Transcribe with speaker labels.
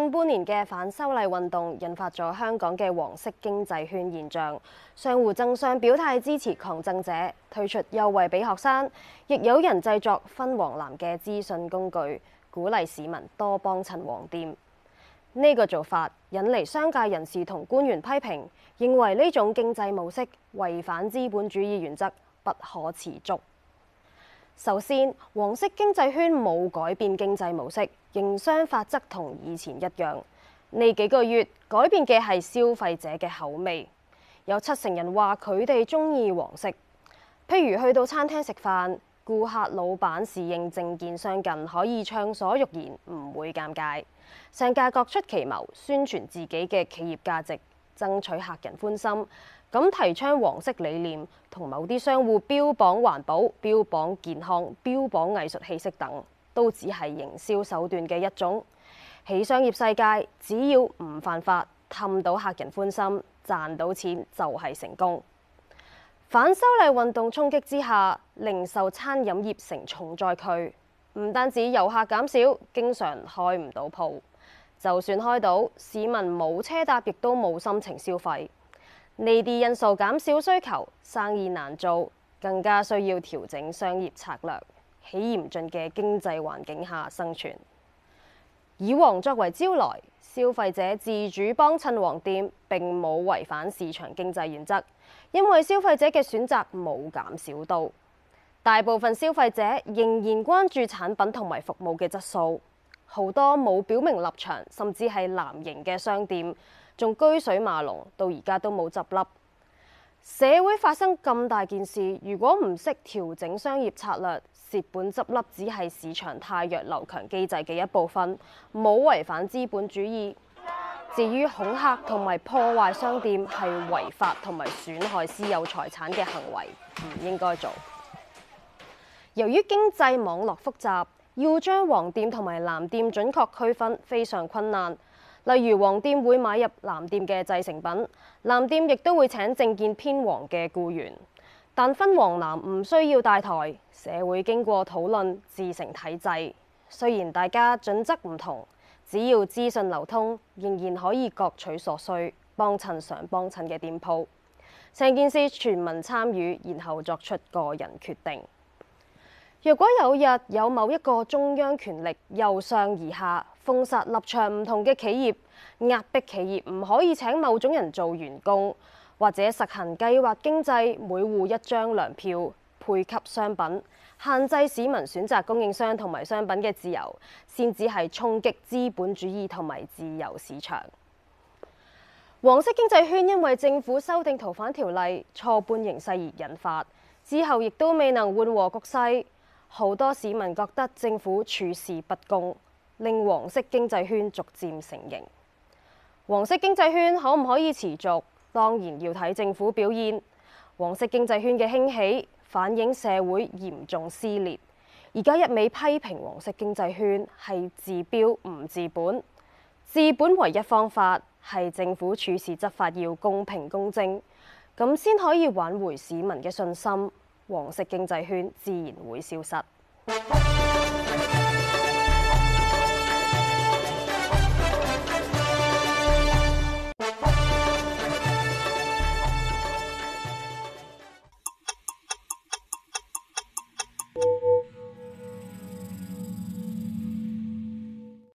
Speaker 1: 近半年嘅反修例運動引發咗香港嘅黃色經濟圈現象，商戶爭相表態支持抗爭者，推出優惠俾學生，亦有人製作分黃藍嘅資訊工具，鼓勵市民多幫襯黃店。呢個做法引嚟商界人士同官員批評，認為呢種經濟模式違反資本主義原則，不可持續。首先，黃色經濟圈冇改變經濟模式，營商法則同以前一樣。呢幾個月改變嘅係消費者嘅口味，有70%人話佢哋鍾意黃色。譬如去到餐廳食飯，顧客老闆侍應政見相近，可以暢所欲言，唔會尷尬。商界各出奇謀，宣傳自己嘅企業價值，爭取客人歡心。咁提倡黃色理念，同某啲商戶標榜環保、標榜健康、標榜藝術氣息等，都只係營銷手段嘅一種。喺商業世界，只要唔犯法，氹到客人歡心，賺到錢就係成功。反修例運動衝擊之下，零售餐飲業成重災區，唔單止遊客減少，經常開唔到鋪。就算開到，市民冇車搭，亦都冇心情消費。呢啲因素減少需求，生意難做，更加需要調整商業策略，喺嚴峻嘅經濟環境下生存。以黃作為招來，消費者自主幫襯黃店並冇違反市場經濟原則，因為消費者嘅選擇冇減少到。大部分消費者仍然關注產品同埋服務嘅質素，好多冇表明立場，甚至係藍營嘅商店，仲居水馬龍，到而家都冇執笠。社會發生咁大件事，如果唔識調整商業策略，蝕本執笠只係市場汰弱留強機制嘅一部分，冇違反資本主義。至於恐嚇同埋破壞商店係違法同埋損害私有財產嘅行為，唔應該做。由於經濟網絡複雜，要將黃店同埋藍店準確區分非常困難。例如黃店會買入藍店嘅製成品，藍店亦都會請政見偏黃嘅僱員。但分黃藍唔需要大台，社會經過討論自成體制。雖然大家準則唔同，只要資訊流通，仍然可以各取所需，幫襯想幫襯嘅店鋪。成件事全民參與，然後作出個人決定。若果有日有某一個中央權力由上而下封殺立場唔同嘅企業，壓迫企業唔可以請某種人做員工，或者實行計劃經濟，每戶一張糧票配給商品，限制市民選擇供應商同埋商品嘅自由，先至係衝擊資本主義同埋自由市場。黃色經濟圈因為政府修訂逃犯條例錯判形勢而引發，之後亦都未能緩和局勢。好多市民覺得政府處事不公，令黃色經濟圈逐漸成型。黃色經濟圈可唔可以持續？當然要睇政府表現。黃色經濟圈嘅興起反映社會嚴重撕裂。而家一味批評黃色經濟圈係治標唔治本，治本唯一方法係政府處事執法要公平公正，咁先可以挽回市民嘅信心。黃色經濟圈自然會消失。